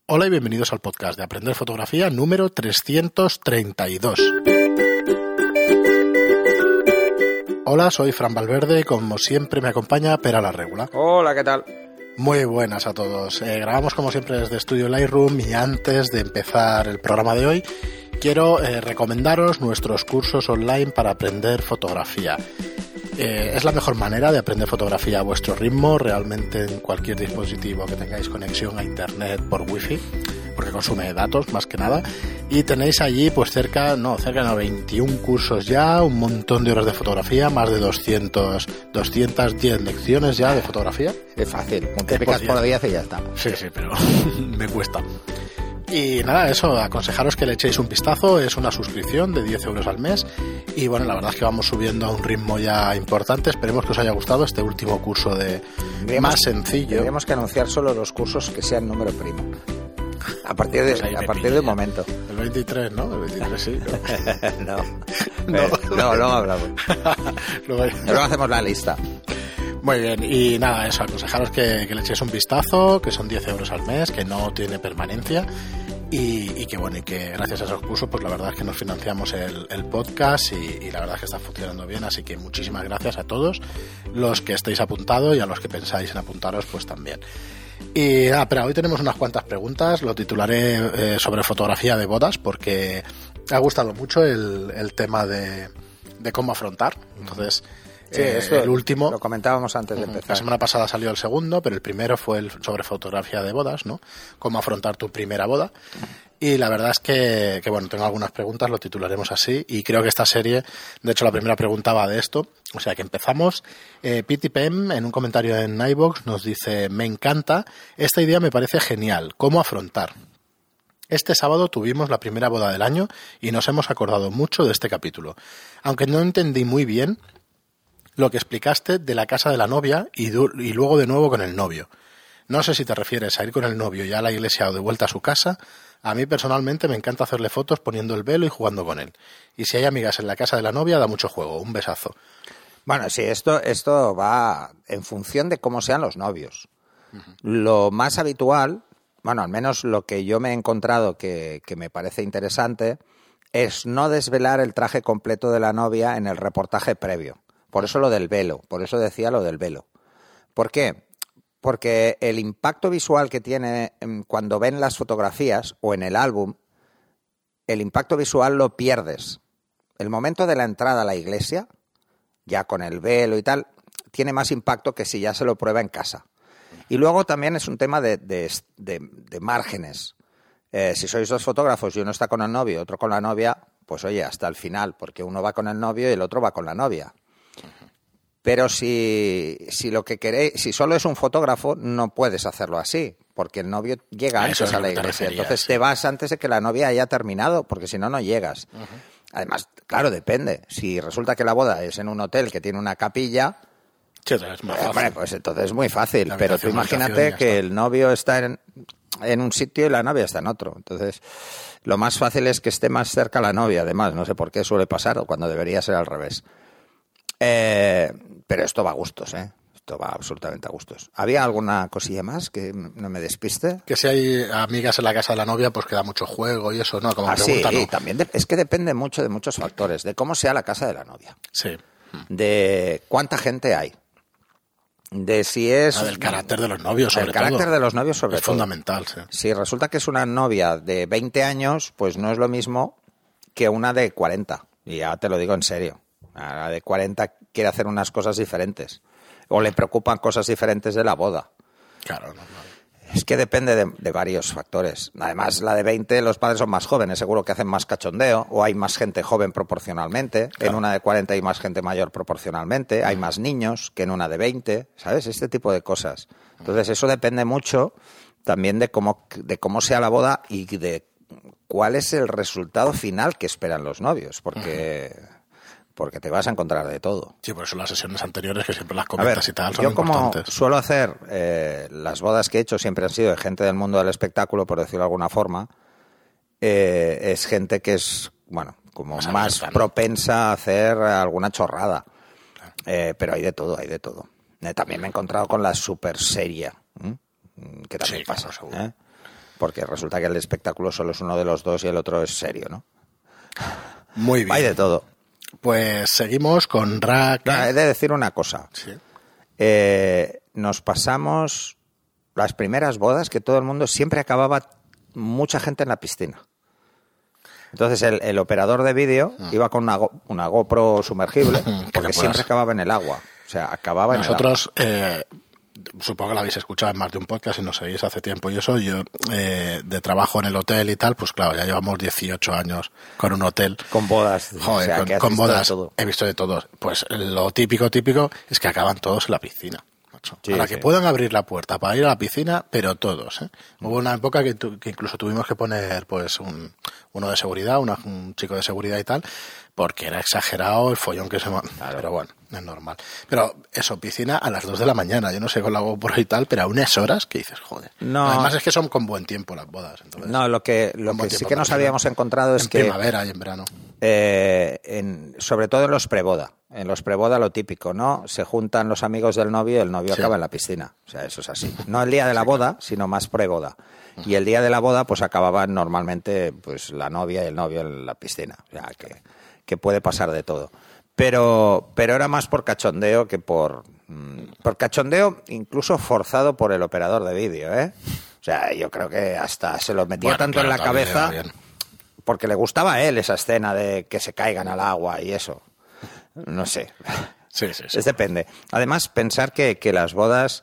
Hola y bienvenidos al podcast de Aprender Fotografía número 332. Hola, soy Fran Valverde y como siempre me acompaña Pera la Regula. Hola, ¿qué tal? Muy buenas a todos. Grabamos como siempre desde Estudio Lightroom y antes de empezar el programa de hoy quiero recomendaros nuestros cursos online para aprender fotografía. Es la mejor manera de aprender fotografía a vuestro ritmo, realmente en cualquier dispositivo que tengáis conexión a internet por wifi, porque consume datos más que nada, y tenéis allí pues cerca de 21 cursos ya, un montón de horas de fotografía, más de 210 lecciones ya de fotografía. Es fácil, multiplicas por 10 y ya está. Sí, pero me cuesta. Y nada, eso, aconsejaros que le echéis un vistazo, es una suscripción de 10 euros al mes y bueno, la verdad es que vamos subiendo a un ritmo ya importante, esperemos que os haya gustado este último curso más sencillo. Tendríamos que anunciar solo los cursos que sean número primo. A partir de un momento. El 23, ¿no? El 23 sí. No hablamos. Luego hacemos la lista. Muy bien, y nada, eso, aconsejaros que le echéis un vistazo, que son 10 euros al mes, que no tiene permanencia y que bueno, y que gracias a esos cursos pues la verdad es que nos financiamos el podcast y la verdad es que está funcionando bien, así que muchísimas gracias a todos los que estéis apuntados y a los que pensáis en apuntaros pues también. Y nada, pero hoy tenemos unas cuantas preguntas, lo titularé sobre fotografía de bodas porque me ha gustado mucho el tema de cómo afrontar, entonces... Sí, el último lo comentábamos antes de empezar. La semana pasada salió el segundo, pero el primero fue el sobre fotografía de bodas, ¿no? Cómo afrontar tu primera boda. Y la verdad es que bueno, tengo algunas preguntas, lo titularemos así, y creo que esta serie, de hecho la primera pregunta va de esto, o sea que empezamos. PTPM en un comentario en iVoox nos dice: me encanta, esta idea me parece genial, ¿cómo afrontar? Este sábado tuvimos la primera boda del año y nos hemos acordado mucho de este capítulo. Aunque no entendí muy bien lo que explicaste de la casa de la novia y luego de nuevo con el novio. No sé si te refieres a ir con el novio ya a la iglesia o de vuelta a su casa. A mí personalmente me encanta hacerle fotos poniendo el velo y jugando con él. Y si hay amigas en la casa de la novia, da mucho juego. Un besazo. Bueno, sí, esto va en función de cómo sean los novios. Uh-huh. Lo más habitual, bueno, al menos lo que yo me he encontrado que me parece interesante, es no desvelar el traje completo de la novia en el reportaje previo. Por eso lo del velo, por eso decía lo del velo. ¿Por qué? Porque el impacto visual que tiene cuando ven las fotografías o en el álbum, el impacto visual lo pierdes. El momento de la entrada a la iglesia, ya con el velo y tal, tiene más impacto que si ya se lo prueba en casa. Y luego también es un tema de márgenes. Si sois dos fotógrafos y uno está con el novio y otro con la novia, pues oye, hasta el final, porque uno va con el novio y el otro va con la novia. Pero si lo que queréis, si solo es un fotógrafo, no puedes hacerlo así, porque el novio llega antes a la iglesia. Entonces te vas antes de que la novia haya terminado, porque si no, no llegas. Uh-huh. Además, claro, depende. Si resulta que la boda es en un hotel que tiene una capilla, sí, es más fácil. Bueno, pues entonces es muy fácil. Pero tú imagínate que el novio está en un sitio y la novia está en otro. Entonces, lo más fácil es que esté más cerca la novia, además. No sé por qué suele pasar o cuando debería ser al revés. Pero esto va a gustos, ¿eh? Esto va absolutamente a gustos. ¿Había alguna cosilla más que no me despiste? Que si hay amigas en la casa de la novia, pues queda mucho juego y eso, ¿no? Como pregunta, sí, ¿no? Y también es que depende mucho de muchos factores, de cómo sea la casa de la novia. Sí. De cuánta gente hay. De si es... del carácter de los novios, sobre todo. El carácter de los novios, sobre todo. Es fundamental, sí. Si resulta que es una novia de 20 años, pues no es lo mismo que una de 40. Y ya te lo digo en serio. La de 40 quiere hacer unas cosas diferentes. O le preocupan cosas diferentes de la boda. Claro, no. Es que depende de varios factores. Además, la de 20, los padres son más jóvenes, seguro que hacen más cachondeo, o hay más gente joven proporcionalmente. Claro. En una de 40 hay más gente mayor proporcionalmente, hay más niños que en una de 20, ¿sabes? Este tipo de cosas. Entonces, eso depende mucho también de cómo sea la boda y de cuál es el resultado final que esperan los novios, porque te vas a encontrar de todo. Sí, por eso las sesiones anteriores, que siempre las comentas y tal, son yo importantes. Como suelo hacer, las bodas que he hecho siempre han sido de gente del mundo del espectáculo, por decirlo de alguna forma, es gente que es, bueno, como más propensa a hacer alguna chorrada. Claro. Pero hay de todo, hay de todo. También me he encontrado con la super seria, que también pasa, seguro. porque resulta que el espectáculo solo es uno de los dos y el otro es serio, ¿no? Muy bien. Hay de todo. Pues seguimos con Raka. He de decir una cosa. Sí. Nos pasamos las primeras bodas que todo el mundo siempre acababa mucha gente en la piscina. Entonces el operador de vídeo iba con una GoPro sumergible porque siempre acababa en el agua. O sea, acababa en el agua. Nosotros, supongo que lo habéis escuchado en más de un podcast y nos seguís hace tiempo y eso, yo de trabajo en el hotel y tal, pues claro, ya llevamos 18 años con un hotel. Con bodas. Joder, o sea, con bodas todo. he visto de todos. Pues lo típico es que acaban todos en la piscina. Sí, para que puedan abrir la puerta para ir a la piscina, pero todos, ¿eh? Hubo una época que incluso tuvimos que poner pues uno de seguridad, un chico de seguridad y tal, porque era exagerado el follón que se... Claro. Pero bueno, es normal. Pero eso, piscina a las 2 de la mañana, yo no sé con la GoPro y tal, pero a unas horas que dices, joder. No. Además es que son con buen tiempo las bodas. Entonces, no, lo que sí que nos habíamos encontrado es que... En primavera y en verano. Sobre todo en los preboda. En los preboda lo típico, ¿no? Se juntan los amigos del novio y el novio acaba en la piscina. O sea, eso es así. No el día de la boda, sino más preboda. Y el día de la boda, pues acababan normalmente pues la novia y el novio en la piscina. O sea, que puede pasar de todo. Pero era más por cachondeo que por cachondeo incluso forzado por el operador de vídeo, ¿eh? O sea, yo creo que hasta se lo metía tanto en la cabeza porque le gustaba a él esa escena de que se caigan al agua y eso. No sé. Sí. Depende. Además, pensar que las bodas,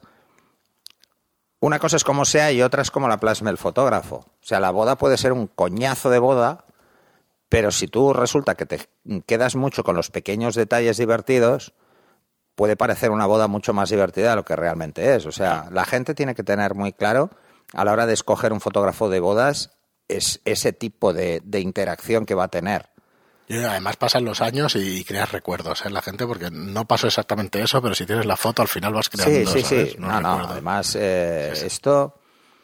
una cosa es como sea y otra es como la plasma el fotógrafo. O sea, la boda puede ser un coñazo de boda, pero si tú resulta que te quedas mucho con los pequeños detalles divertidos, puede parecer una boda mucho más divertida de lo que realmente es. O sea, la gente tiene que tener muy claro a la hora de escoger un fotógrafo de bodas es ese tipo de interacción que va a tener. Y además pasan los años y creas recuerdos en la gente, porque no pasó exactamente eso, pero si tienes la foto al final vas creando. Sí. ¿Sabes? No, además sí. Esto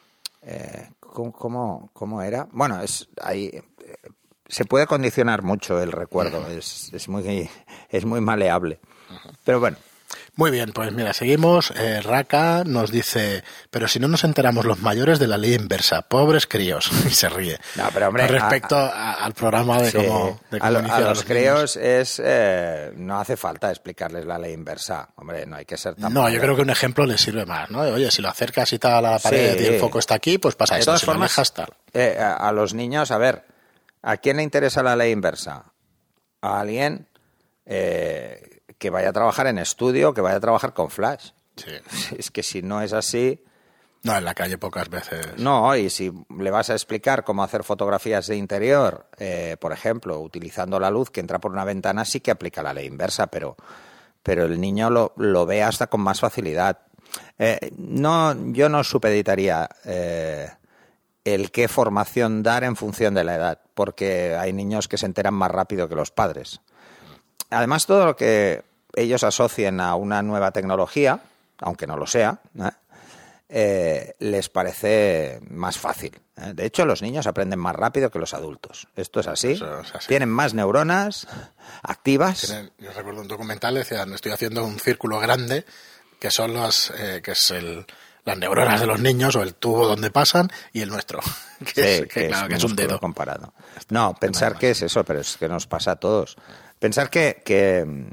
¿cómo era? Bueno, ahí se puede condicionar mucho el recuerdo, es muy maleable. Pero bueno. Muy bien, pues mira, seguimos. Raka nos dice, pero si no nos enteramos los mayores de la ley inversa, pobres críos, y se ríe. No, pero hombre, respecto al programa de cómo a los críos no hace falta explicarles la ley inversa. Hombre, no hay que ser tan... No, yo creo que un ejemplo les sirve más, ¿no? Oye, si lo acercas y tal a la pared y el foco está aquí, pues pasa esto. De todas formas, tal. A los niños, a ver, ¿a quién le interesa la ley inversa? A alguien... que vaya a trabajar en estudio, que vaya a trabajar con flash. Sí. Es que si no es así... No, en la calle pocas veces. No, y si le vas a explicar cómo hacer fotografías de interior, por ejemplo, utilizando la luz que entra por una ventana, sí que aplica la ley inversa, pero el niño lo ve hasta con más facilidad. Yo no supeditaría el qué formación dar en función de la edad, porque hay niños que se enteran más rápido que los padres. Además, todo lo que ellos asocien a una nueva tecnología, aunque no lo sea, les parece más fácil. De hecho, los niños aprenden más rápido que los adultos. Esto es así. Eso es así. Tienen más neuronas activas. Yo recuerdo un documental, decían, estoy haciendo un círculo grande, que son las neuronas de los niños o el tubo donde pasan y el nuestro, que es un dedo comparado. No, pensar que es eso, pero es que nos pasa a todos. Pensar que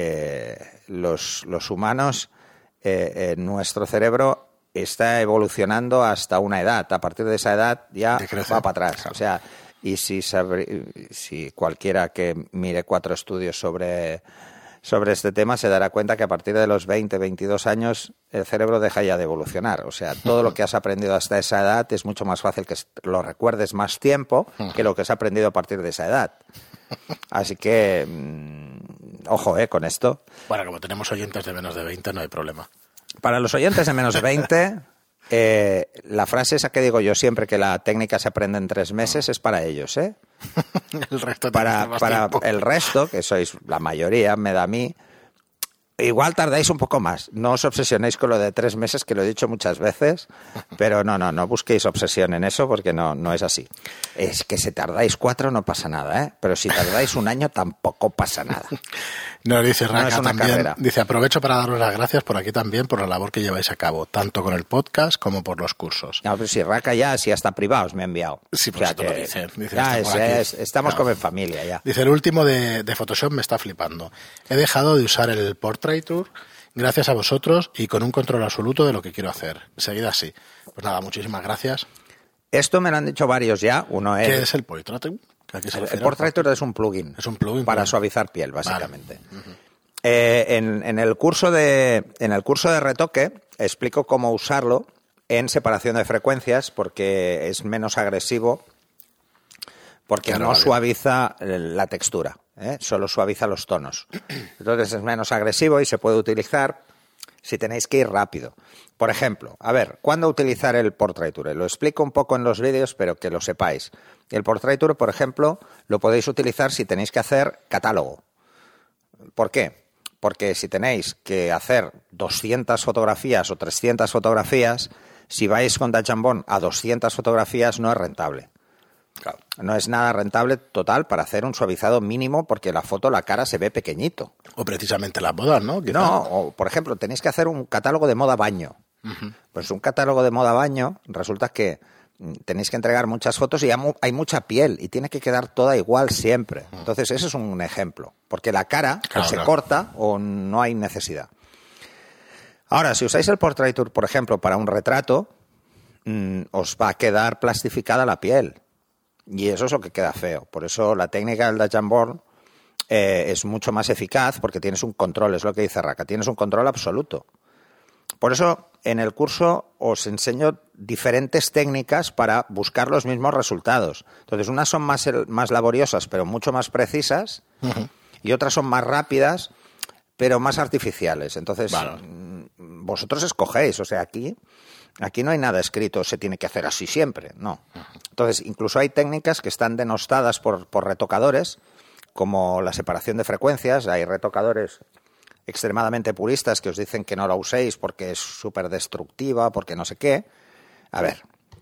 los humanos, nuestro cerebro está evolucionando hasta una edad. A partir de esa edad ya va para atrás. Claro. O sea, y si cualquiera que mire 4 estudios sobre este tema se dará cuenta que a partir de los 20, 22 años el cerebro deja ya de evolucionar. O sea, todo lo que has aprendido hasta esa edad es mucho más fácil que lo recuerdes más tiempo que lo que has aprendido a partir de esa edad. Así que, ojo, con esto. Bueno, como tenemos oyentes de menos de 20, no hay problema. Para los oyentes de menos de 20, la frase esa que digo yo siempre, que la técnica se aprende en 3 meses, es para ellos, ¿eh? El resto para el resto, que sois la mayoría, me da a mí, Igual tardáis un poco más. No os obsesionéis con lo de 3 meses, que lo he dicho muchas veces, pero no busquéis obsesión en eso porque no es así. Es que si tardáis 4 no pasa nada, ¿eh? Pero si tardáis 1 año tampoco pasa nada. No, dice Raka No es una también, carrera. dice, aprovecho para daros las gracias por aquí también por la labor que lleváis a cabo, tanto con el podcast como por los cursos. No, pero si Raka ya, si hasta privados me ha enviado. Sí, por eso te lo dice. Ya, está por aquí. estamos Claro. como en familia ya. Dice, el último de Photoshop me está flipando. He dejado de usar el Portraiture gracias a vosotros y con un control absoluto de lo que quiero hacer. Seguid así. Pues nada, muchísimas gracias. Esto me lo han dicho varios ya. Uno es... ¿Qué es el Portraiture? El Portraiture es un plugin. Es un plugin para plugin. suavizar piel, básicamente. Vale. En el curso de retoque explico cómo usarlo en separación de frecuencias porque es menos agresivo, porque Claro, no vale. suaviza la textura, solo suaviza los tonos. Entonces es menos agresivo y se puede utilizar si tenéis que ir rápido. Por ejemplo, a ver, ¿cuándo utilizar el Portraiture? Lo explico un poco en los vídeos, pero que lo sepáis. El Portraiture, por ejemplo, lo podéis utilizar si tenéis que hacer catálogo. ¿Por qué? Porque si tenéis que hacer 200 fotografías o 300 fotografías, si vais con Dutch & Bond a 200 fotografías no es rentable. Claro. No es nada rentable total para hacer un suavizado mínimo porque la foto, la cara se ve pequeñito. O precisamente las bodas, ¿no? Quizá. No, o por ejemplo, tenéis que hacer un catálogo de moda baño. Pues un catálogo de moda baño resulta que tenéis que entregar muchas fotos y hay mucha piel y tiene que quedar toda igual siempre. Entonces, ese es un ejemplo. Porque la cara Claro, o se claro. corta o no hay necesidad. Ahora, si usáis el Portraiture, por ejemplo, para un retrato, os va a quedar plastificada la piel. Y eso es lo que queda feo. Por eso la técnica del Dutch & Bond es mucho más eficaz porque tienes un control, es lo que dice Raka, tienes un control absoluto. Por eso en el curso os enseño diferentes técnicas para buscar los mismos resultados. Entonces, unas son más laboriosas, pero mucho más precisas, y otras son más rápidas, pero más artificiales. Entonces, Vale. Vosotros escogéis. O sea, aquí no hay nada escrito, se tiene que hacer así siempre, no. Entonces, incluso hay técnicas que están denostadas por retocadores, como la separación de frecuencias. Hay retocadores extremadamente puristas que os dicen que no la uséis porque es súper destructiva, porque no sé qué. A ver,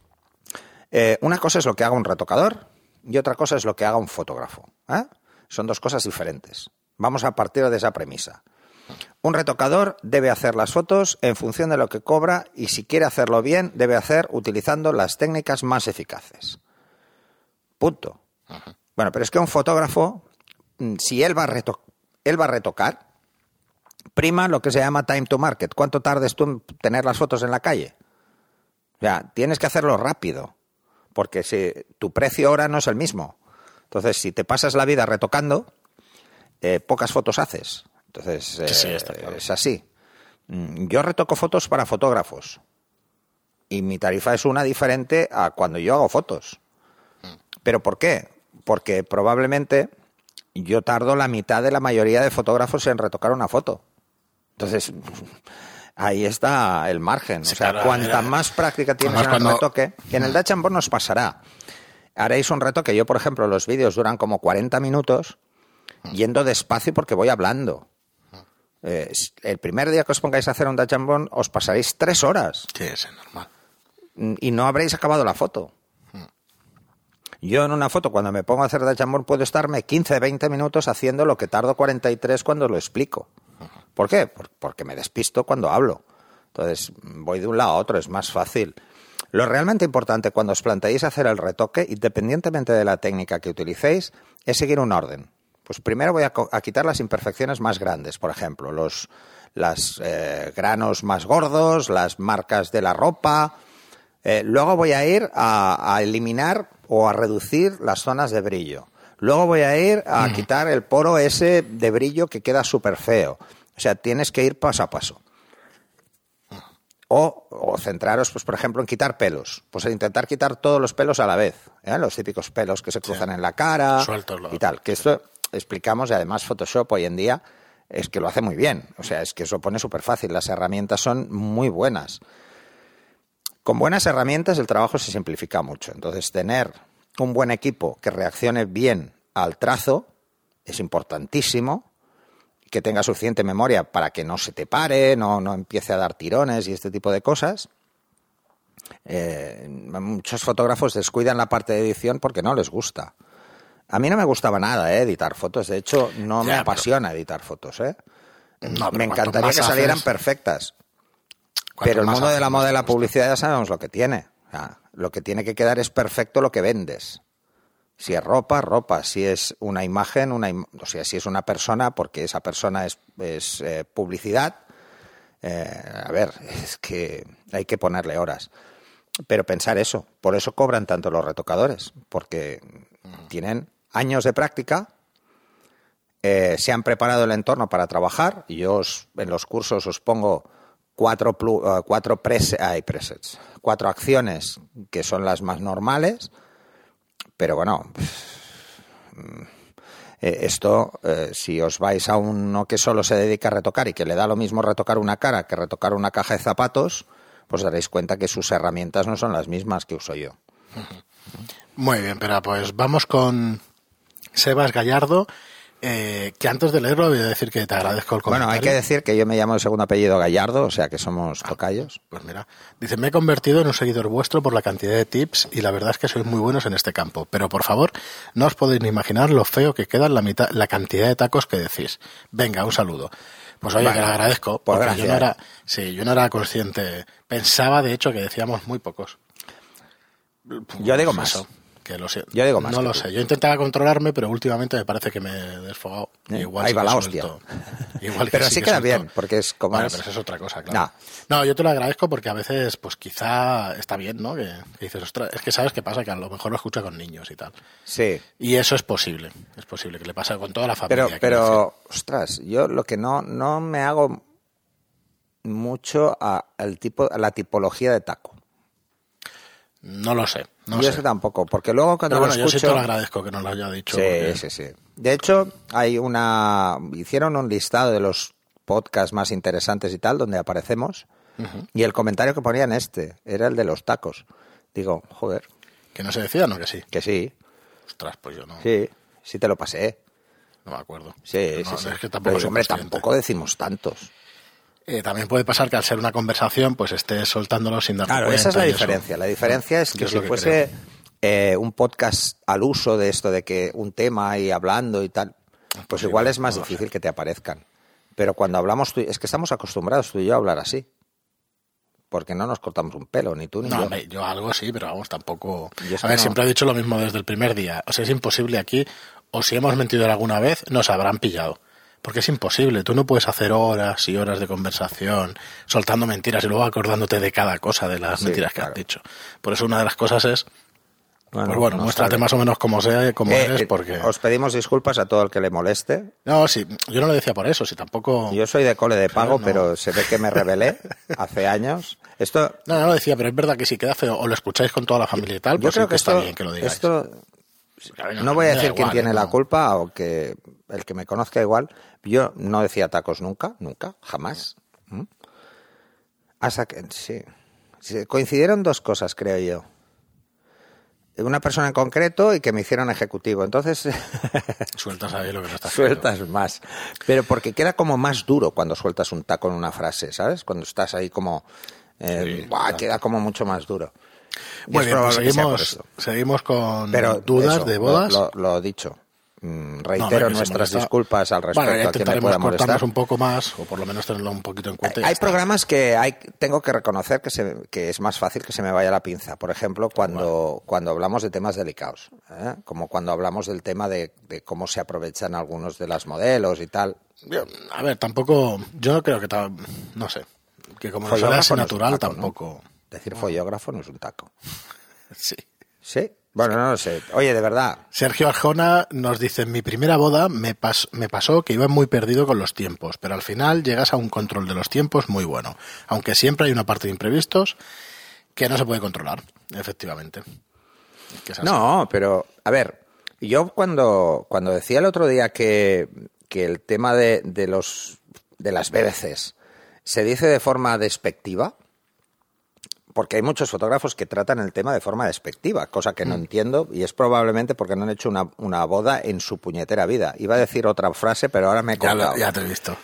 una cosa es lo que haga un retocador y otra cosa es lo que haga un fotógrafo. Son dos cosas diferentes. Vamos a partir de esa premisa. Un retocador debe hacer las fotos en función de lo que cobra y si quiere hacerlo bien, debe hacer utilizando las técnicas más eficaces. Punto. Bueno, pero es que un fotógrafo, si él va a retocar, prima lo que se llama time to market. ¿Cuánto tardes tú en tener las fotos en la calle? O sea, tienes que hacerlo rápido, porque si tu precio ahora no es el mismo. Entonces, si te pasas la vida retocando, pocas fotos haces. Entonces, Sí, está claro. es así. Yo retoco fotos para fotógrafos y mi tarifa es una diferente a cuando yo hago fotos. ¿Pero por qué? Porque probablemente yo tardo la mitad de la mayoría de fotógrafos en retocar una foto. Entonces, ahí está el margen. Sí, o sea, claro, cuanta más práctica tienes además en el retoque, en el Dutch & Bond nos pasará. Haréis un retoque. Yo, por ejemplo, los vídeos duran como 40 minutos yendo despacio porque voy hablando. El primer día que os pongáis a hacer un Dutch & Bond os pasaréis 3 horas Sí, es normal. y no habréis acabado la foto. Yo en una foto, cuando me pongo a hacer Dutch & Bond, puedo estarme 15, 20 minutos haciendo lo que tardo 43 cuando lo explico. ¿Por qué? Porque me despisto cuando hablo. Entonces, voy de un lado a otro, es más fácil. Lo realmente importante cuando os planteéis hacer el retoque, independientemente de la técnica que utilicéis, es seguir un orden. Pues primero voy a quitar las imperfecciones más grandes, por ejemplo, los granos más gordos, las marcas de la ropa. Luego voy a ir a eliminar o a reducir las zonas de brillo. Luego voy a ir a quitar el poro ese de brillo que queda súper feo. O sea, tienes que ir paso a paso. O centraros, pues, por ejemplo, en quitar pelos. Pues intentar quitar todos los pelos a la vez. Los típicos pelos que se cruzan en la cara Sueltos y tal. Que esto explicamos, y además Photoshop hoy en día es que lo hace muy bien. O sea, es que eso pone súper fácil. Las herramientas son muy buenas. Con buenas herramientas el trabajo se simplifica mucho. Entonces, tener un buen equipo que reaccione bien al trazo es importantísimo. que tenga suficiente memoria para que no se te pare, no empiece a dar tirones y este tipo de cosas. Muchos fotógrafos descuidan la parte de edición porque no les gusta. A mí no me gustaba nada editar fotos. De hecho, no me apasiona editar fotos. No, me encantaría que salieran perfectas. Pero el mundo de la moda y la publicidad ya sabemos lo que tiene. O sea, lo que tiene que quedar es perfecto lo que vendes. Si es ropa, ropa. Si es una imagen, o sea, si es una persona, porque esa persona es publicidad. A ver, es que hay que ponerle horas. Pero pensar eso. Por eso cobran tanto los retocadores. Porque tienen años de práctica, se han preparado el entorno para trabajar. Y yo en los cursos os pongo cuatro presets, 4 acciones que son las más normales. Pero bueno, esto, si os vais a uno que solo se dedica a retocar y que le da lo mismo retocar una cara que retocar una caja de zapatos, pues daréis cuenta que sus herramientas no son las mismas que uso yo. Muy bien, pero pues vamos con Sebas Gallardo, que antes de leerlo voy a decir que te agradezco el comentario. Bueno, hay que decir que yo me llamo de segundo apellido Gallardo, o sea que somos tocayos. Pues mira, dice, me he convertido en un seguidor vuestro por la cantidad de tips y la verdad es que sois muy buenos en este campo, pero por favor, no os podéis ni imaginar lo feo que queda la cantidad de tacos que decís. Venga, un saludo. Pues oye, que le agradezco, porque yo no era consciente. Pensaba, de hecho, que decíamos muy pocos. Yo digo más. Eso, que lo sé. Yo digo más. No lo sé. Yo intentaba controlarme, pero últimamente me parece que me he desfogado. Igual ahí sí va que la hostia. Igual que pero sí queda suelto. bien, porque es como... Bueno, pero eso es otra cosa, claro. No, yo te lo agradezco porque a veces, pues quizá está bien, ¿no? Que dices, ostras, es que sabes qué pasa, que a lo mejor lo escucha con niños y tal. Sí. Y eso es posible que le pase con toda la familia. Pero ostras, yo lo que no me hago mucho a la tipología de taco. No lo sé. No yo sé sé tampoco, porque luego cuando lo escucho... Yo sí te lo agradezco que nos lo haya dicho. Sí, porque... sí. De hecho, hicieron un listado de los podcasts más interesantes y tal, donde aparecemos, y el comentario que ponían era el de los tacos. Digo, joder. ¿Que no se decía, no? Que sí. Que sí. Ostras, pues yo no. Sí te lo pasé. No me acuerdo. Sí. Es que tampoco pero, hombre, tampoco decimos tantos. También puede pasar que al ser una conversación pues estés soltándolo sin dar cuenta. Claro, esa es la diferencia. La diferencia es que si fuese un podcast al uso de esto, de que un tema y hablando y tal, pues igual es más difícil que te aparezcan. Pero cuando hablamos, es que estamos acostumbrados tú y yo a hablar así. Porque no nos cortamos un pelo, ni tú ni yo. No, yo algo sí, pero vamos, tampoco... A ver, siempre he dicho lo mismo desde el primer día. O sea, es imposible aquí, o si hemos mentido alguna vez, nos habrán pillado. Porque es imposible, tú no puedes hacer horas y horas de conversación soltando mentiras y luego acordándote de cada cosa de las mentiras que has dicho. Por eso una de las cosas es, bueno, muéstrate más o menos como sea, como eres, porque... Os pedimos disculpas a todo el que le moleste. No, sí, yo no lo decía por eso, si tampoco... Yo soy de cole de pago, pero se ve que me rebelé hace años. No lo decía, pero es verdad que si queda feo o lo escucháis con toda la familia y tal, pues yo creo que está bien que lo digáis. No voy a decir quién tiene la culpa o que el que me conozca igual. Yo no decía tacos nunca, jamás. Hasta que, sí. Coincidieron 2 cosas, creo yo. Una persona en concreto y que me hicieron ejecutivo. Entonces... Sueltas ahí lo que no estás Sueltas más. Pero porque queda como más duro cuando sueltas un taco en una frase, ¿sabes? Cuando estás ahí como... queda como mucho más duro. Muy bien, pues seguimos con dudas de bodas. Lo dicho. Reitero nuestras disculpas al respecto a quien me pueda molestar. Cortarnos un poco más, o por lo menos tenerlo un poquito en cuenta. Hay programas que tengo que reconocer que es más fácil que se me vaya la pinza. Por ejemplo, cuando hablamos de temas delicados, como cuando hablamos del tema de cómo se aprovechan algunos de las modelos y tal. A ver, tampoco, yo no creo que no sé, que como no sale así natural tampoco. ¿No? Decir follógrafo no es un taco. Sí. ¿Sí? Bueno, no lo sé. Oye, de verdad. Sergio Arjona nos dice, en mi primera boda me pasó que iba muy perdido con los tiempos, pero al final llegas a un control de los tiempos muy bueno, aunque siempre hay una parte de imprevistos que no se puede controlar, efectivamente. No, pero, a ver, yo cuando decía el otro día que el tema de las BBCs se dice de forma despectiva, Porque hay muchos fotógrafos que tratan el tema de forma despectiva, cosa que no entiendo, y es probablemente porque no han hecho una boda en su puñetera vida. Iba a decir otra frase, pero ahora me he colgado. Ya te he visto.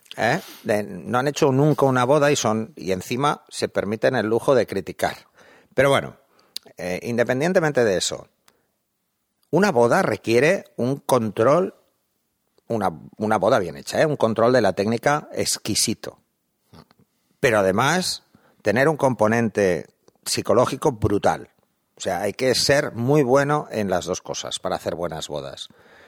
No han hecho nunca una boda y encima se permiten el lujo de criticar. Pero bueno, independientemente de eso, una boda requiere un control, una boda bien hecha, un control de la técnica exquisito. Pero además, tener un componente psicológico brutal. O sea, hay que ser muy bueno en las dos cosas para hacer buenas bodas.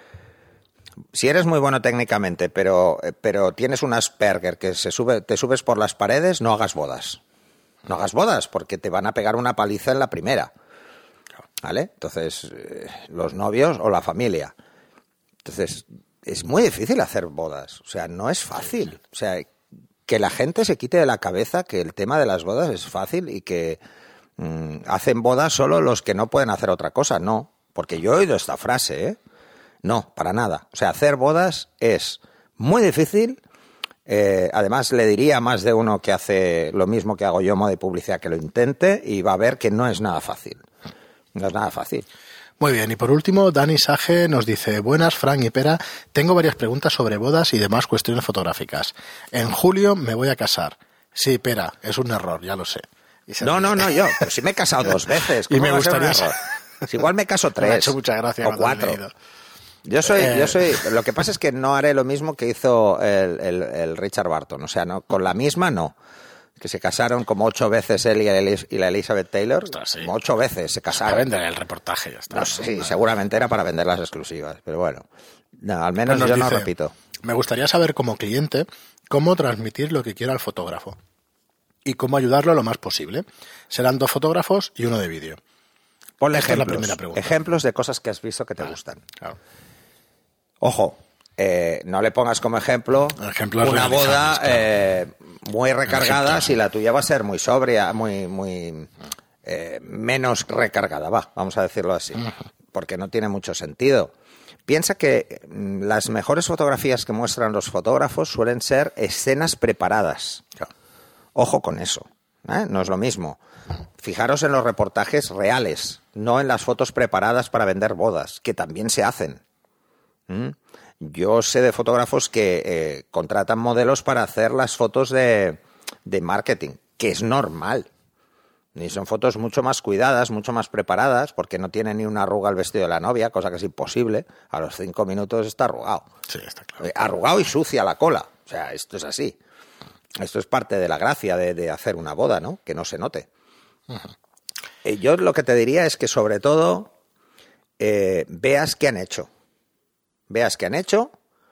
Si eres muy bueno técnicamente, pero tienes un Asperger que te subes por las paredes, no hagas bodas. No hagas bodas porque te van a pegar una paliza en la primera. ¿Vale? Entonces, los novios o la familia. Entonces, es muy difícil hacer bodas. O sea, no es fácil. O sea, que la gente se quite de la cabeza que el tema de las bodas es fácil y que hacen bodas solo los que no pueden hacer otra cosa. No, porque yo he oído esta frase, ¿eh? No, para nada. O sea, hacer bodas es muy difícil. Además, le diría a más de uno que hace lo mismo que hago yo, modo de publicidad, que lo intente y va a ver que no es nada fácil. No es nada fácil. Muy bien, y por último, Dani Sage nos dice: buenas, Fran y Pera, tengo varias preguntas sobre bodas y demás cuestiones fotográficas. En julio me voy a casar. Sí, Pera, es un error, ya lo sé. No, yo, pero sí me he casado 2 veces. Y me gustaría saber. Si igual me caso 3. Me ha hecho mucha gracia o 4. Yo soy. Lo que pasa es que no haré lo mismo que hizo el Richard Barton. O sea, no, con la misma no. Que se casaron como 8 veces él y la Elizabeth Taylor. Ostras, sí. Como 8 veces se casaron. Para vender el reportaje, ya está. No, sí, seguramente era para vender las exclusivas. Pero bueno, no, al menos yo no repito. Me gustaría saber como cliente cómo transmitir lo que quiera al fotógrafo y cómo ayudarlo lo más posible. Serán 2 fotógrafos y 1 de vídeo. Ponle Esta ejemplos, es la primera pregunta. Ejemplos de cosas que has visto que te gustan. Claro. Ojo, no le pongas como ejemplo Ejemplos una boda claro. Muy recargada si la tuya va a ser muy sobria, muy menos recargada, vamos a decirlo así, porque no tiene mucho sentido. Piensa que las mejores fotografías que muestran los fotógrafos suelen ser escenas preparadas. Claro. Ojo con eso, no es lo mismo. Fijaros en los reportajes reales, no en las fotos preparadas para vender bodas, que también se hacen. Yo sé de fotógrafos que contratan modelos para hacer las fotos de marketing, que es normal. Y son fotos mucho más cuidadas, mucho más preparadas, porque no tiene ni una arruga el vestido de la novia, cosa que es imposible. A los 5 minutos está arrugado. Sí, está claro. Arrugado y sucia la cola. O sea, esto es así. Esto es parte de la gracia de hacer una boda, ¿no? Que no se note. Yo lo que te diría es que, sobre todo, veas qué han hecho. Veas qué han hecho,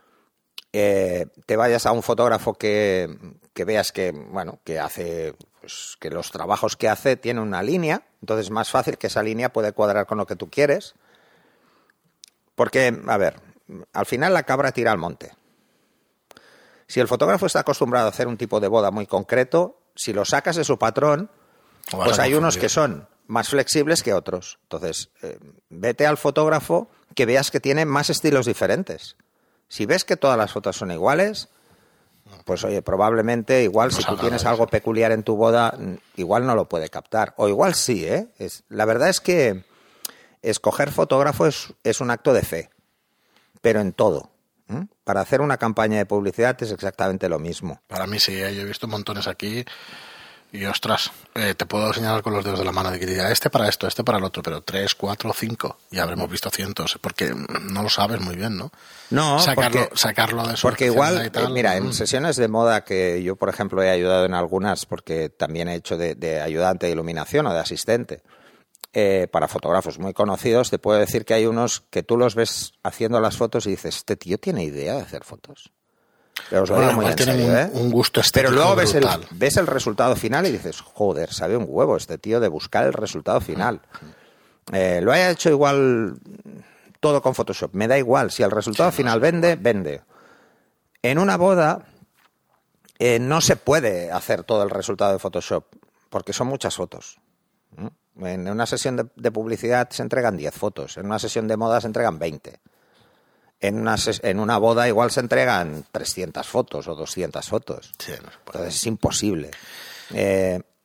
te vayas a un fotógrafo que veas que, bueno, que hace, pues, que los trabajos que hace tiene una línea, entonces es más fácil que esa línea puede cuadrar con lo que tú quieres. Porque, a ver, al final la cabra tira al monte. Si el fotógrafo está acostumbrado a hacer un tipo de boda muy concreto, si lo sacas de su patrón, pues hay unos que son más flexibles que otros. Entonces, vete al fotógrafo que veas que tiene más estilos diferentes. Si ves que todas las fotos son iguales, pues oye, probablemente igual si tú tienes algo peculiar en tu boda, igual no lo puede captar. O igual sí, ¿eh? La verdad es que escoger fotógrafo es un acto de fe, pero en todo. Para hacer una campaña de publicidad es exactamente lo mismo. Para mí sí, yo he visto montones aquí. Y ostras, te puedo señalar con los dedos de la mano de que diga este para esto, este para el otro, pero 3, 4, 5, y habremos visto cientos, porque no lo sabes muy bien, ¿no? No, sacarlo de su porque igual, y tal, mira, en sesiones de moda que yo, por ejemplo, he ayudado en algunas, porque también he hecho de ayudante de iluminación o de asistente, para fotógrafos muy conocidos, te puedo decir que hay unos que tú los ves haciendo las fotos y dices, este tío tiene idea de hacer fotos. Pero os lo digo muy en serio, un gusto estético. Pero luego brutal. ves el resultado final y dices, joder, sabe un huevo este tío de buscar el resultado final. Lo haya hecho igual todo con Photoshop, me da igual. Si el resultado final vende, vende. En una boda no se puede hacer todo el resultado de Photoshop, porque son muchas fotos. En una sesión de publicidad se entregan 10 fotos, en una sesión de moda se entregan 20. En una boda igual se entregan 300 fotos o 200 fotos. Sí, no se puede. Entonces es imposible.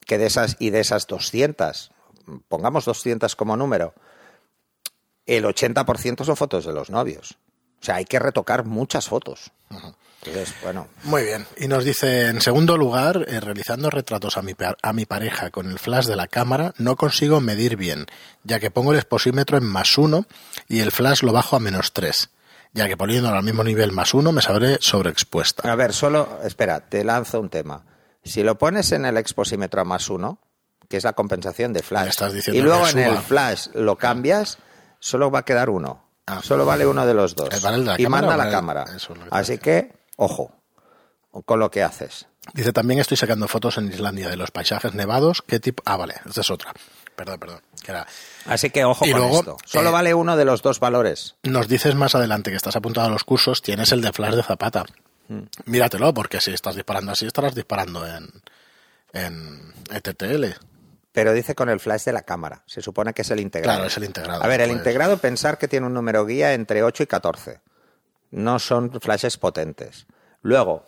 que de esas 200, pongamos 200 como número, el 80% son fotos de los novios. O sea, hay que retocar muchas fotos. Entonces, bueno. Muy bien. Y nos dice, en segundo lugar, realizando retratos a mi pareja con el flash de la cámara, no consigo medir bien, ya que pongo el exposímetro en +1 y el flash lo bajo a -3, ya que poniéndolo al mismo nivel +1 me sabré sobreexpuesta. A ver, espera, te lanzo un tema. Si lo pones en el exposímetro a +1, que es la compensación de flash, y luego en el flash lo cambias, solo va a quedar uno. Solo vale uno de los dos. Y manda la cámara. Así que, ojo con lo que haces. Dice, también estoy sacando fotos en Islandia de los paisajes nevados. ¿Qué tipo? Ah, vale, esta es otra. Perdón. Así que ojo con esto. Solo vale uno de los dos valores. Nos dices más adelante que estás apuntado a los cursos, tienes el de flash de Zapata. Míratelo, porque si estás disparando así, estarás disparando en ETTL. Pero dice con el flash de la cámara. Se supone que es el integrado. Claro, es el integrado. A ver, el integrado, pensar que tiene un número guía entre 8 y 14. No son flashes potentes. Luego,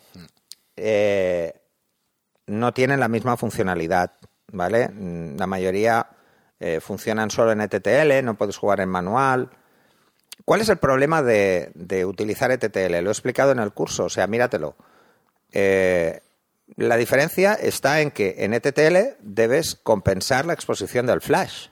no tienen la misma funcionalidad, ¿vale? La mayoría funcionan solo en ETTL, no puedes jugar en manual. ¿Cuál es el problema de utilizar ETTL? Lo he explicado en el curso, o sea, míratelo. La diferencia está en que en ETTL debes compensar la exposición del flash,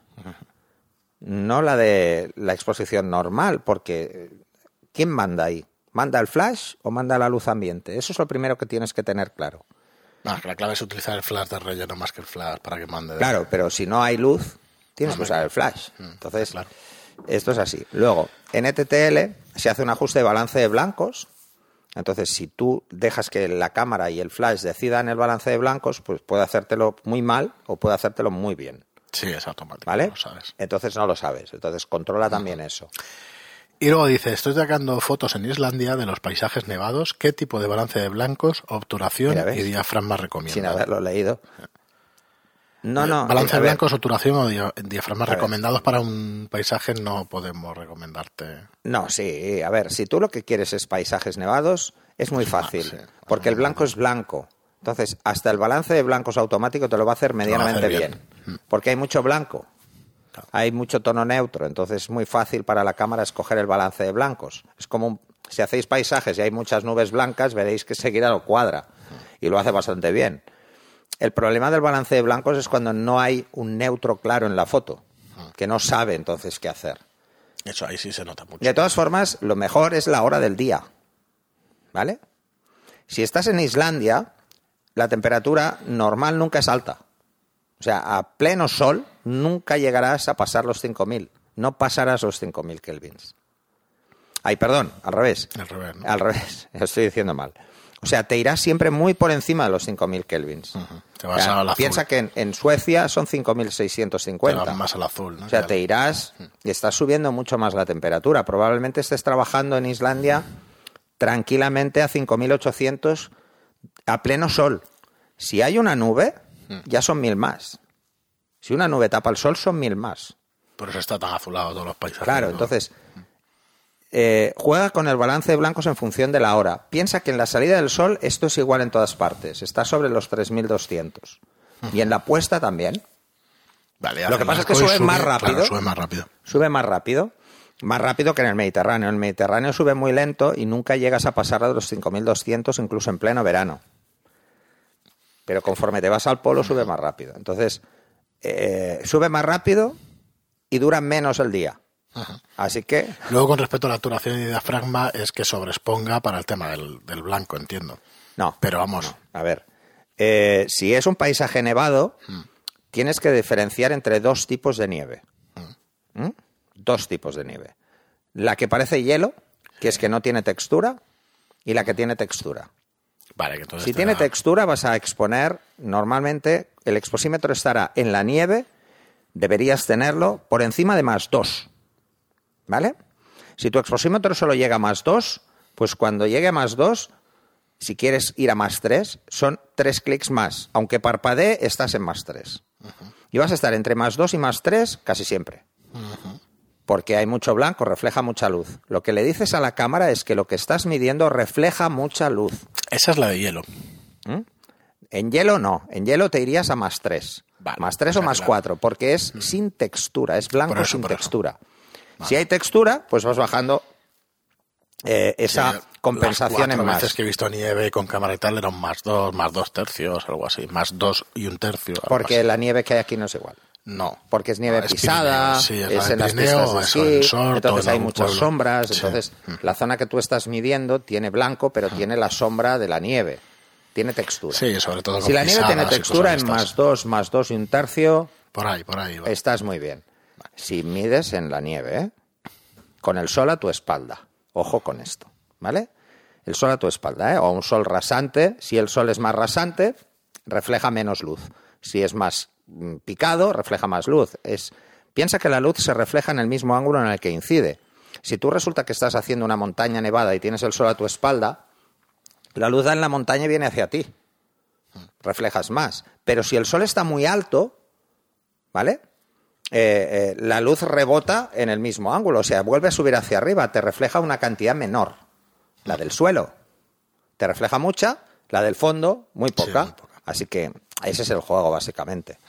no la de la exposición normal, porque ¿quién manda ahí? ¿Manda el flash o manda la luz ambiente? Eso es lo primero que tienes que tener claro. La clave es utilizar el flash de relleno más que el flash para que mande. Claro, pero si no hay luz, tienes que usar el flash. Entonces, claro. Esto es así. Luego, en ETTL se hace un ajuste de balance de blancos. Entonces, si tú dejas que la cámara y el flash decidan el balance de blancos, pues puede hacértelo muy mal o puede hacértelo muy bien. Sí, es automático, ¿vale? lo sabes. Entonces no lo sabes. Entonces controla también eso. Y luego dice, estoy sacando fotos en Islandia de los paisajes nevados. ¿Qué tipo de balance de blancos, obturación y diafragma recomiendas? Sin haberlo leído. Balance de blancos, obturación o diafragmas recomendados para un paisaje no podemos recomendarte. No, sí. A ver, si tú lo que quieres es paisajes nevados, es muy fácil. Sí, porque el blanco es blanco. Entonces, hasta el balance de blancos automático te lo va a hacer medianamente bien. Porque hay mucho blanco. Hay mucho tono neutro. Entonces, es muy fácil para la cámara escoger el balance de blancos. Es como si hacéis paisajes y hay muchas nubes blancas, veréis que seguirá lo cuadra. Y lo hace bastante bien. El problema del balance de blancos es cuando no hay un neutro claro en la foto, que no sabe entonces qué hacer. Eso ahí sí se nota mucho. De todas formas, lo mejor es la hora del día, ¿vale? Si estás en Islandia, la temperatura normal nunca es alta. O sea, a pleno sol nunca llegarás a pasar los 5.000. No pasarás los 5.000 kelvins. Ay, perdón, al revés. Al revés, ¿no? Al revés, lo estoy diciendo mal. O sea, te irás siempre muy por encima de los 5.000 kelvins. Te vas al azul. Piensa que en Suecia son 5.650. Te vas más al azul, ¿no? O sea, te irás y estás subiendo mucho más la temperatura. Probablemente estés trabajando en Islandia tranquilamente a 5.800 a pleno sol. Si hay una nube, ya son 1.000 más. Si una nube tapa el sol, son 1.000 más. Por eso está tan azulado todos los paisajes. Claro, ¿no? Entonces... juega con el balance de blancos en función de la hora. Piensa que en la salida del sol esto es igual en todas partes. Está sobre los 3.200. Y en la puesta también. Vale, lo que pasa es que sube más rápido. Claro, sube más rápido. Sube más rápido. Más rápido que en el Mediterráneo. En el Mediterráneo sube muy lento y nunca llegas a pasar de los 5.200 incluso en pleno verano. Pero conforme te vas al polo sube más rápido. Entonces, sube más rápido y dura menos el día. Así que... Luego, con respecto a la obturación y diafragma, es que sobreexponga para el tema del blanco, entiendo. No. Pero vamos. No. A ver, si es un paisaje nevado, tienes que diferenciar entre dos tipos de nieve. Dos tipos de nieve. La que parece hielo, que es que no tiene textura, y la que tiene textura. Vale, que entonces si tiene textura, vas a exponer, normalmente, el exposímetro estará en la nieve, deberías tenerlo por encima de +2. ¿Vale? Si tu exposímetro solo llega a +2, pues cuando llegue a +2, si quieres ir a +3, son 3 clics más. Aunque parpadee, estás en +3. Y vas a estar entre +2 y +3 casi siempre. Porque hay mucho blanco, refleja mucha luz. Lo que le dices a la cámara es que lo que estás midiendo refleja mucha luz. Esa es la de hielo. En hielo no, en hielo te irías a +3. Vale, +3 o +4, porque es sin textura, es blanco sin textura. Vale. Si hay textura, pues vas bajando esa compensación en más. Las 4 veces que he visto nieve con cámara y tal eran +2, +2 tercios, algo así, +2 1/3. Porque la nieve que hay aquí no es igual. No. Porque es nieve pisada, es en las pistas de esquí, entonces hay muchas sombras, entonces la zona que tú estás midiendo tiene blanco, pero tiene la sombra de la nieve, tiene textura. Sí, sobre todo con si la nieve tiene textura en +2, +2 1/3, por ahí va. Estás muy bien. Si mides en la nieve, con el sol a tu espalda, ojo con esto, ¿vale? El sol a tu espalda, o un sol rasante, si el sol es más rasante, refleja menos luz, si es más picado, refleja más luz. Piensa que la luz se refleja en el mismo ángulo en el que incide. Si tú resulta que estás haciendo una montaña nevada y tienes el sol a tu espalda, la luz en la montaña viene hacia ti. Reflejas más. Pero si el sol está muy alto, ¿vale? La luz rebota en el mismo ángulo, o sea, vuelve a subir hacia arriba, te refleja una cantidad menor. La del suelo te refleja mucha, la del fondo muy poca. Sí, muy poca. Así que ese es el juego, básicamente.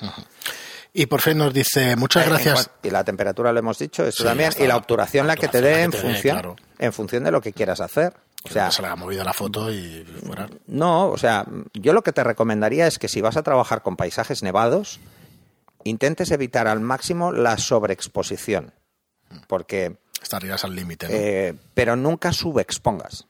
Y por fin nos dice, muchas gracias. Y la temperatura lo hemos dicho, eso también. Y la obturación la que te dé en función de lo que quieras hacer. O sea, se le ha movido la foto y fuera. No, o sea, yo lo que te recomendaría es que si vas a trabajar con paisajes nevados, intentes evitar al máximo la sobreexposición. Porque estarías al límite, ¿no? Pero nunca subexpongas.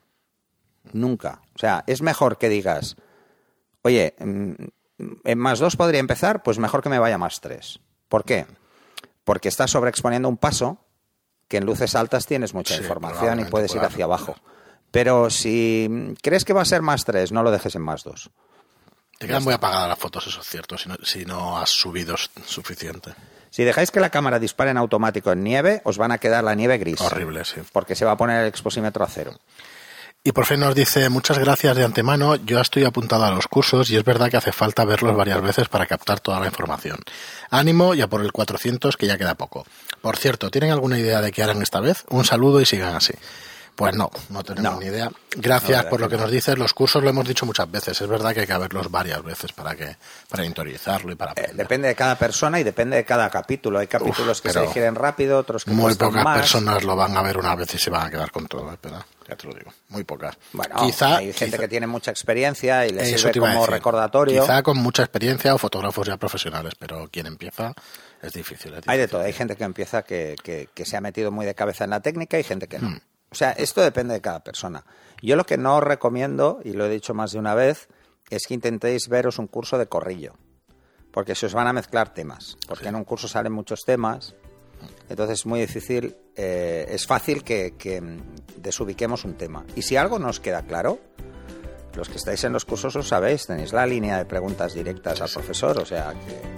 Nunca. O sea, es mejor que digas, oye, en +2 podría empezar, pues mejor que me vaya +3. ¿Por qué? Porque estás sobreexponiendo un paso que en luces altas tienes mucha información y puedes ir hacia abajo. Pero si crees que va a ser +3, no lo dejes en +2. Te quedan muy apagadas las fotos, eso es cierto, si no has subido suficiente. Si dejáis que la cámara dispare en automático en nieve, os van a quedar la nieve gris. Horrible, sí. Porque se va a poner el exposímetro a 0. Y por fin nos dice, muchas gracias de antemano, yo ya estoy apuntado a los cursos y es verdad que hace falta verlos varias veces para captar toda la información. Ánimo, ya por el 400 que ya queda poco. Por cierto, ¿tienen alguna idea de qué harán esta vez? Un saludo y sigan así. Pues no tenemos ni idea. Gracias por lo que nos dices. Los cursos lo hemos dicho muchas veces. Es verdad que hay que verlos varias veces para interiorizarlo y para aprender. Depende de cada persona y depende de cada capítulo. Hay capítulos que se digieren rápido, otros que muy cuestan más. Muy pocas personas lo van a ver una vez y se van a quedar con todo. Espera, ya te lo digo. Muy pocas. Bueno, hay gente que tiene mucha experiencia y les sirve como recordatorio. Quizá con mucha experiencia o fotógrafos ya profesionales, pero quien empieza es difícil. Hay de todo. Hay gente que empieza que se ha metido muy de cabeza en la técnica y gente que no. O sea, esto depende de cada persona. Yo lo que no os recomiendo, y lo he dicho más de una vez, es que intentéis veros un curso de corrillo. Porque se os van a mezclar temas. Porque en un curso salen muchos temas. Entonces es muy difícil, es fácil que desubiquemos un tema. Y si algo no os queda claro, los que estáis en los cursos os sabéis, tenéis la línea de preguntas directas al profesor. O sea,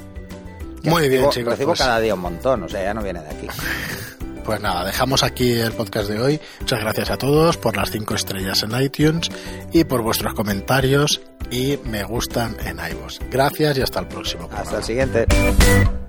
que muy bien, chicos. Recibo cada día un montón, o sea, ya no viene de aquí. Pues nada, dejamos aquí el podcast de hoy. Muchas gracias a todos por las 5 estrellas en iTunes y por vuestros comentarios y me gustan en iVoox. Gracias y hasta el próximo programa. Hasta el siguiente.